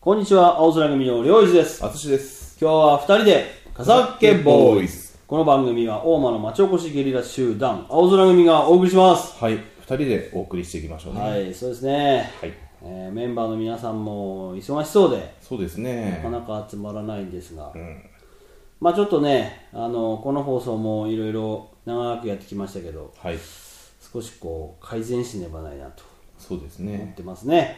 こんにちは、青空組の良一です。 あつしです。 今日は2人で笠っけボーイズ。この番組は大間の町おこしゲリラ集団青空組がお送りします。 はい、2人でお送りしていきましょうね。 はい、そうですね。 はい、 メンバーの皆さんも忙しそうで、 そうですね。 なかなか集まらないんですが、まあちょっとね、この放送もいろいろ長くやってきましたけど、 はい、 少しこう改善しねばないなとそうです思っね。 てますね。 うん、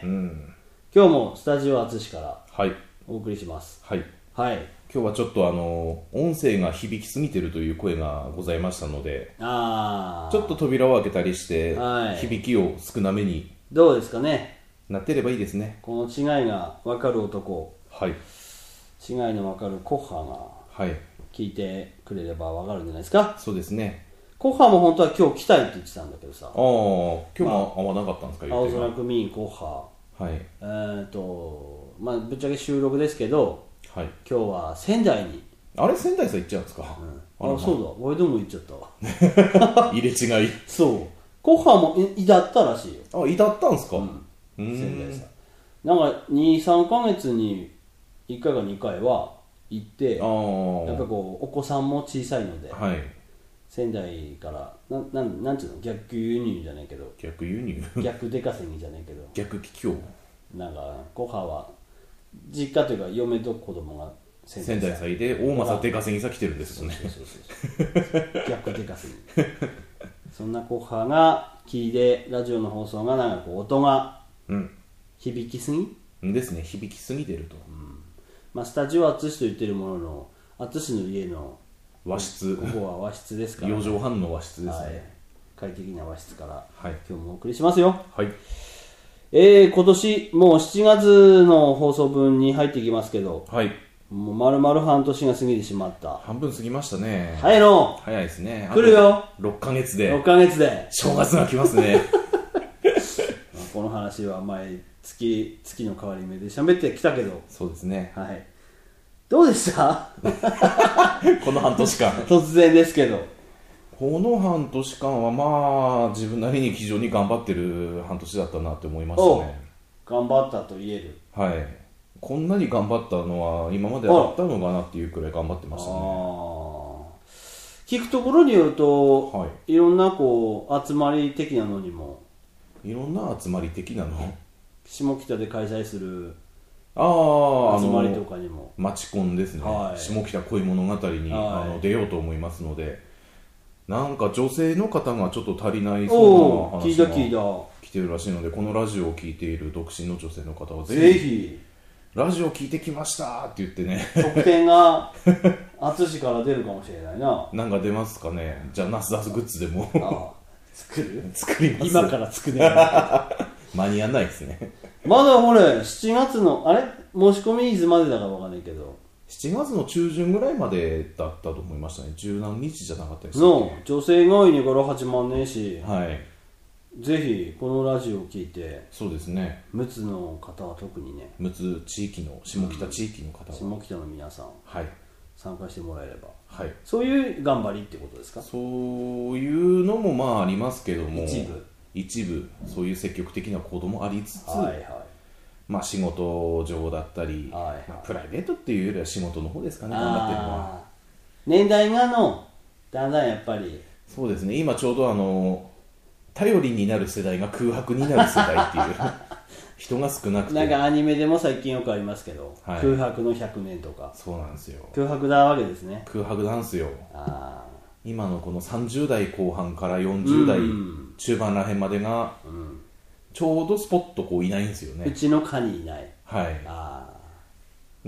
今日もスタジオあつしからはい、 お送りします。 はい。 はい。 今日はちょっと音声が響きすぎてるという声がございましたので、ちょっと扉を開けたりして、 はい響きを少なめにどうですかね。 なってればいいですね。 この違いが分かる男、 はい、 違いの分かるコッハがはい、 聞いてくれれば分かるんじゃないですか。 そうですね。 コッハも本当は今日来たいって言ってたんだけどさ、 ああ、今日も会わなかったんですか、 青予定が。 空組員コッハ、 はい、 まあぶっちゃけ収録ですけど、 はい。 今日は仙台に、 あれ、仙台さん行っちゃうんですか。 そうだ、俺でも言っちゃったわ入れ違い。 そう、コッハもいだったらしいよ、 あ、いだったんですか。 仙台さん。なんか2、3ヶ月に1回か2回は行って、 ああ、 やっぱこうお子さんも小さいので、 はい。 仙台からなんていうの、逆輸入じゃないけど逆輸入逆出稼ぎじゃないけど、 逆帰郷。 なんかコハは実家というか嫁と子供が仙台祭で大政出稼ぎさ来てるんですよね。 そう逆出稼ぎそんなコハが聞いて、ラジオの放送がなんかこう音が響きすぎ、 ですね、響きすぎてると。 まあ、スタジオは淳と言ってるものの、淳の家の和室、 ここは和室ですから、 4畳半の和室ですはい、 ね。 快適な和室から、 はい、 今日もお送りしますよ。 はい、 今年もう7月の放送分に入っていきますけど、 はい。 もう丸々半年が過ぎてしまった。 半分過ぎましたね。 早いの早いですね。 来るよ。 6ヶ月で 6ヶ月で正月が来ますね。 この話は前月の変わり目で喋ってきたけど、 そうですね。 はい、どうでしたこの半年間。 突然ですけど。 この半年間はまあ自分なりに非常に頑張ってる半年だったなって思いましたね。 頑張ったと言える。 はい。こんなに頑張ったのは今まであったのかなっていうくらい頑張ってましたね。 聞くところによると、 はい、 いろんなこう集まり的なのにも、 いろんな集まり的なの、 下北で開催する集集まりとかにも、 マチコンですね、 はい、 下北恋物語に、 はい、 出ようと思いますので、なんか女性の方がちょっと足りないそうな話が来てるらしいので、このラジオを聞いている独身の女性の方はぜひラジオ聞いてきましたって言ってね、 特典が淳から出るかもしれないな。 なんか出ますかね。じゃあナスダスグッズでも作る作ります。 今から作れる間に合わないですね。 まだこれ7月のあれ申し込みいつまでだかわかんないけど、 7月の中旬ぐらいまでだったと思いましたね。十何日じゃなかったですの女性が多いにから始まんねえし、 はい、 ぜひこのラジオを聞いて、 そうですね、 陸奥の方は特にね、 陸奥地域の下北地域の方は、 下北の皆さん、 はい、 参加してもらえれば、 はい、 そういう頑張りってことですか。 そういうのもまあありますけども、一部そういう積極的な行動もありつつ、 はいはい、 まあ仕事上だったり、 はいはい、 まあ、プライベートっていうよりは仕事の方ですかね、頑張ってるのは。 年代がだんだんやっぱり、 そうですね、今ちょうど頼りになる世代が空白になる世代っていう人が少なくて、 なんかアニメでも最近よくありますけど、 はい、 空白の100年とか、 そうなんですよ、 空白なわけですね。 空白なんですよ。今のこの30代後半から40代中盤らへんまでが、ちょうどスポッとこういないんですよね。 うちの課にいない、 はい、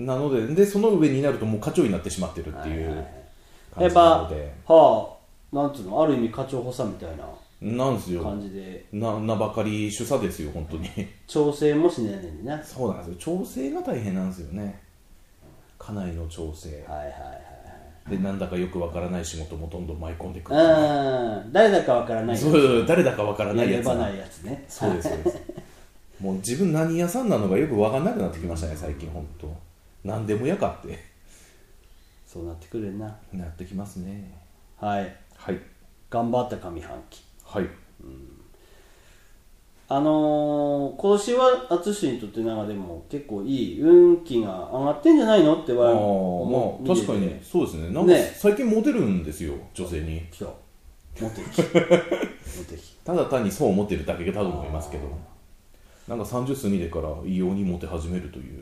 なのでその上になるともう課長になってしまってるっていう感じなので、 なんつうの、ある意味課長補佐みたいななんですよ、 感じで名ばかり主査ですよ本当に調整もしねえねんね。 そうなんですよ、調整が大変なんですよね、かなりの調整、でなんだかよくわからない仕事もどんどん舞い込んでくる、 誰だかわからないやつ、 そう誰だかわからないやつ、 ないやつね。 そうですそうですもう自分何屋さんなのかよくわかんなくなってきましたね最近本当、何でもやかってそうなってくるなってきますね。 はい、 はい、 頑張った上半期、 はい、 今年は淳にとってなんかでも結構いい運気が上がってんじゃないのってまあ確かにそうですね。なんか最近モテるんですよ、女性に。 来たモテ期ただ単にそう思ってるだけだと思いますけど、なんか30過ぎてから異様にモテ始めるという。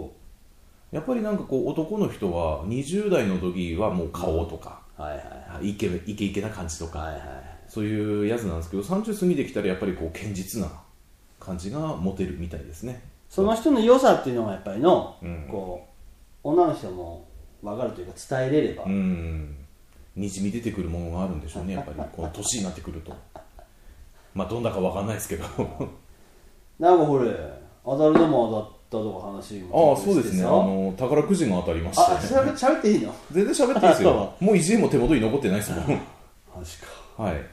やっぱりなんかこう男の人は20代の時はもう顔とか、イケイケな感じとか、そういうやつなんですけど、30過ぎてきたらやっぱりこう堅実な感じがモテるみたいですね。 その人の良さっていうのがやっぱりこう女の人も分かるというか伝えれれば、 にじみ出てくるものがあるんでしょうね、やっぱりこの年になってくると。まあどんなか分かんないですけどなんかこれ当たるのも当たったとか話もそうですね、宝くじが当たりまして。 喋っていいの？ 全然喋っていいですよもう1円も手元に残ってないですもんマジか。 はい。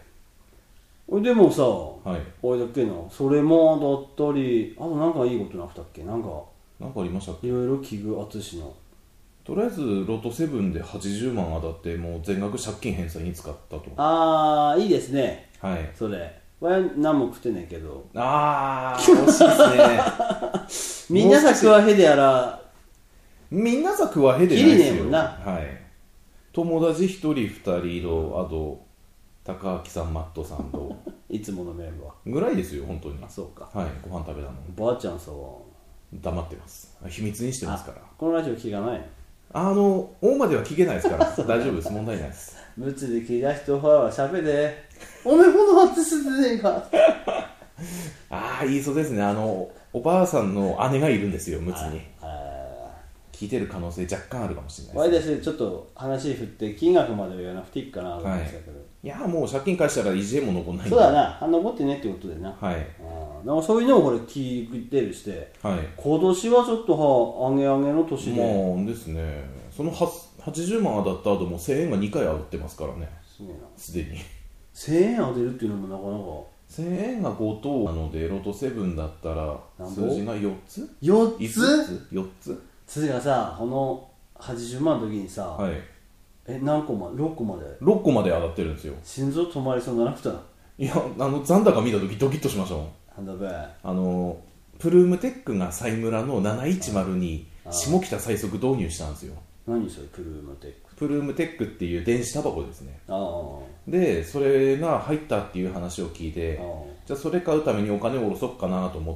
でもさ、あれだっけな、それも当たったり、あとなんかいいことなくたっけ、なんかありましたっけ？ いろいろ聞く淳の。 とりあえずロト7で80万当たってもう全額借金返済に使ったと。 いいですね。それ何も食ってねえけど。 惜しいですねみんなさ食わへでやらみんなさ食わへでないですよ。 きりねえもんな。 友達1人2人と、あと高明さんマットさんといつものメンバーぐらいですよ本当に。 そうか。 ご飯食べたの。 ばあちゃんさ黙ってます。秘密にしてますから。 このラジオ聞かないの？ 大までは聞けないですから大丈夫です、問題ないです。 ムツで聞いた人はしゃべでおめえほど初すてねえか言いそうですね。おばあさんの姉がいるんですよ、ムツに。聞いてる可能性若干あるかもしれないですね。 ちょっと話振って金額までは言わなくていいかなと思ってたけど、 いやもう借金返したら1円も残んないんで。 そうだな、残ってねってことでな。なんかそういうのをこれ聞いてるして、今年はちょっと上げの年で。 まあですね、その80万当たった後も1000円が2回当たってますからね。すでに 1000円当てるっていうのもなかなか。 1000円が5等なのでロト7だったら数字が4つ 4 つ次がさ、この80万の時にさ、何個まで6個まで 6個まで上がってるんですよ。 心臓止まりそうならなくた。 いや残高見た時ドキッとしましたもん。 なんだべプルームテックがサイムラの710に下北最速導入したんですよ。 何それプルームテック？ プルームテックっていう電子タバコですね。でそれが入ったっていう話を聞いて、じゃあそれ買うためにお金を下ろそっかなと思って、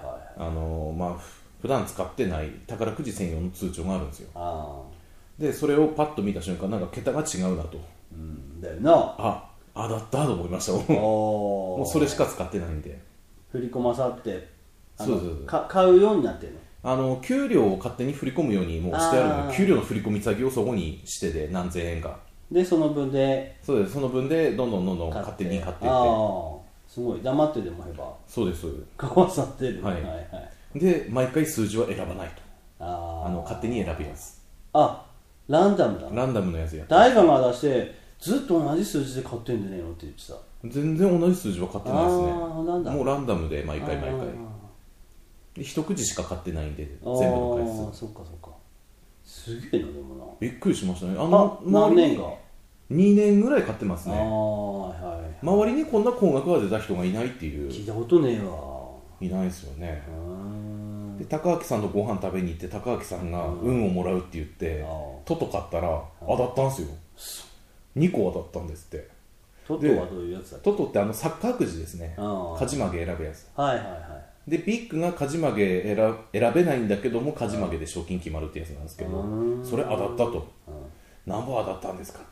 普段使ってない宝くじ専用の通帳があるんですよ。でそれをパッと見た瞬間、なんか桁が違うなと。 だよな。 当たったと思いましたもうそれしか使ってないんで。 振り込まさってそう買うようになってるの。給料を勝手に振り込むようにもうしてあるので、給料の振り込み先をそこにしてで何千円かでその分でどんどん勝手に買っていって。 すごい黙ってでもへば。 そうです買わさってる。 で毎回数字は選ばないと。勝手に選ぶやつ。 ランダムだ。 ランダムのやつやって。 誰かが出してずっと同じ数字で買ってんじゃねえのって言ってた。 全然同じ数字は買ってないですね。 もうランダムで毎回で一口しか買ってないんで全部の回数。 そっかすげえな。でもなびっくりしましたね。 何年か 2年ぐらい買ってますね。周りにこんな高額が出た人がいないっていう。 聞いたことねえわ。 いないですよね。で高明さんとご飯食べに行って、高明さんが運をもらうって言ってトト買ったら当たったんですよ。2個当たったんですって。 トトはどういうやつだっけ？ トトってサッカーくじですね。勝ち負け選ぶやつ。でビッグが勝ち負け選べないんだけども勝ち負けで賞金決まるってやつなんですけど、それ当たったと。何本当たったんですかって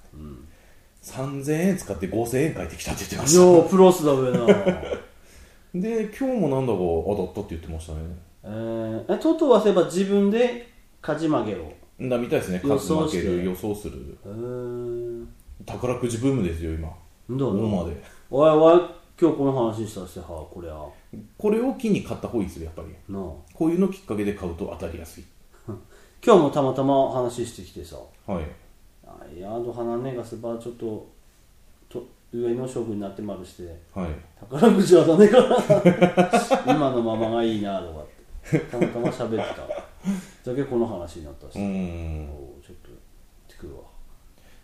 、3000円使って5000円返ってきたって言ってました。 いやプラスだ上なで今日もなんだか当たったって言ってましたね。 トトはそういえば自分で勝ち負けをみたいですね。勝ち負ける予想する。宝くじブームですよ今。大間で。 おい今日この話したしてこれを機に買った方がいいですよやっぱり。こういうのきっかけで買うと当たりやすい。 今日もたまたま話してきてさ、花ねがすばちょっと上の勝負になってまるして、宝くじはだねから今のままがいいなとかってたまたま喋ってただけこの話になったし、ちょっとやってくるわ。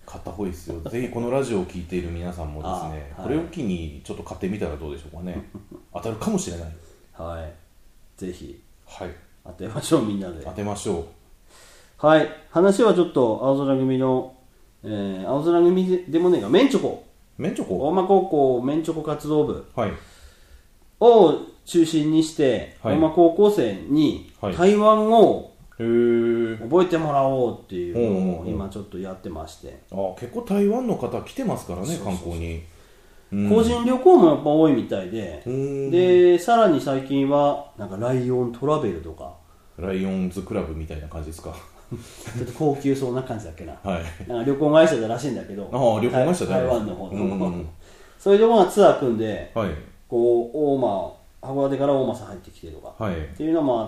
買った方がいいですよ。ぜひこのラジオを聞いている皆さんもですね、これを機にちょっと買ってみたらどうでしょうかね。当たるかもしれない。 はい、ぜひ、 はい、 当てましょう。みんなで当てましょう。はい、話はちょっと青空組の、青空組でもねえが、メンチョコ大間高校メンチョコ活動部を中心にして、大間高校生に台湾語を覚えてもらおうっていうのを今ちょっとやってまして、 結構台湾の方来てますからね、観光に。 個人旅行もやっぱ多いみたいで、でさらに最近はなんかライオントラベルとか、 ライオンズクラブみたいな感じですか。 ちょっと高級そうな感じだっけな、 はい、 なんか旅行会社だらしいんだけど、 旅行会社台湾の方のそういうところがツアー組んで、 はい、 こう大間函館から大間さん入ってきてとか、 はい、 っていうのもあって、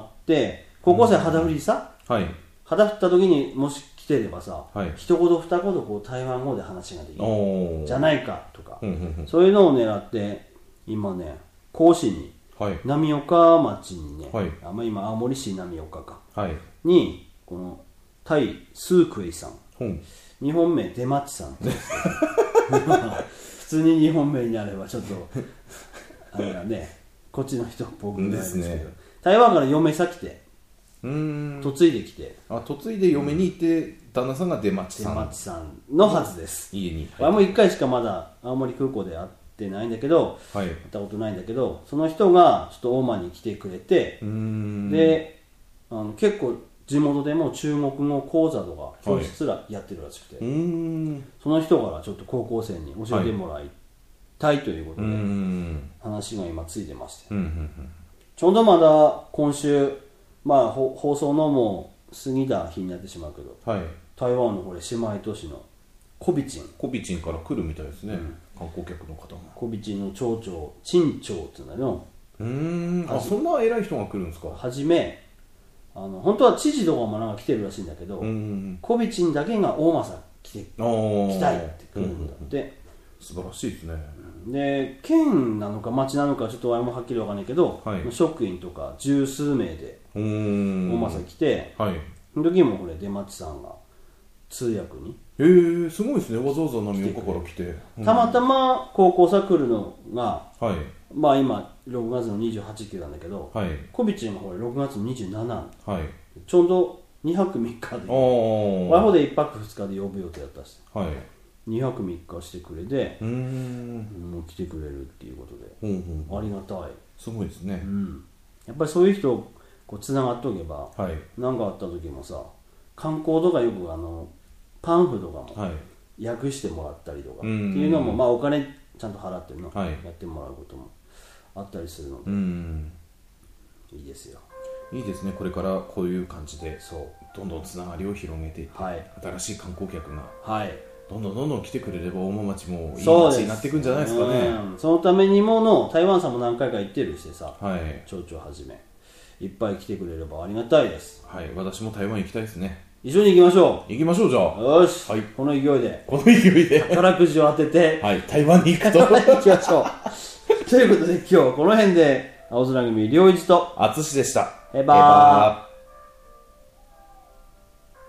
高校生肌振りさ、はい、肌振った時にもし来てればさ、はい、一言二言こう台湾語で話ができるじゃないかとか、そういうのを狙って今ね、講師に、はい、浪岡町にね、はい、今青森市浪岡か、はい、にこのタイスークエイさん、日本名出町さんってですけど普通に日本名になればちょっとあれだね、こっちの人僕なんですけど、台湾から嫁さ来て嫁いできて、 嫁いで嫁に行って、旦那さんが出町さんのはずです。 家にもう1回しかまだ青森空港で会ってないんだけど、会ったことないんだけど、その人がちょっと大間に来てくれて、で結構地元でも中国語講座とか教室らやってるらしくて、その人からちょっと高校生に教えてもらいたいということで、話が今ついてまして、ちょうどまだ今週、放送のもう過ぎた日になってしまうけど、台湾のこれ姉妹都市のコビチンから来るみたいですね、観光客の方も。 コビチンの町長陳長っていうんだよ。 そんな偉い人が来るんですか。 はじめ本当は知事とかもなんか来てるらしいんだけど、コビチンだけが大間さん来たいって来るんだって、 素晴らしいですね。 で県なのか町なのかちょっとあれもはっきり分かんないけど、職員とか十数名で大間さん来て、その時もこれ出町さんが通訳に、 すごいですね。わざわざ浪岡から来て、 たまたま高校さ来るのが、今6月の28日なんだけど、コビチンがこれ6月の27日、ちょうど2泊3日で、ワホで1泊2日で呼ぶ予定だったし、2泊3日してくれて、もう来てくれるっていうことで、ありがたい。 すごいですね。 やっぱりそういう人こうつながっておけば、何かあった時もさ、観光とかよくパンフとかも訳してもらったりとかっていうのも、お金ちゃんと払ってるの、やってもらうこともあったりするので、いいですよ。 いいですね。これからこういう感じでどんどんつながりを広げていって、新しい観光客がどんどん来てくれれば大間町もいい町になっていくんじゃないですかね。 そのためにも台湾さんも何回か行ってるしてさ、町長はじめいっぱい来てくれればありがたいです。 私も台湾行きたいですね。 一緒に行きましょう。 じゃあ。 よし、この勢いで宝くじを当てて台湾に行くと行きましょうということで今日はこの辺で青空組良一と淳でした。 バイバーイ。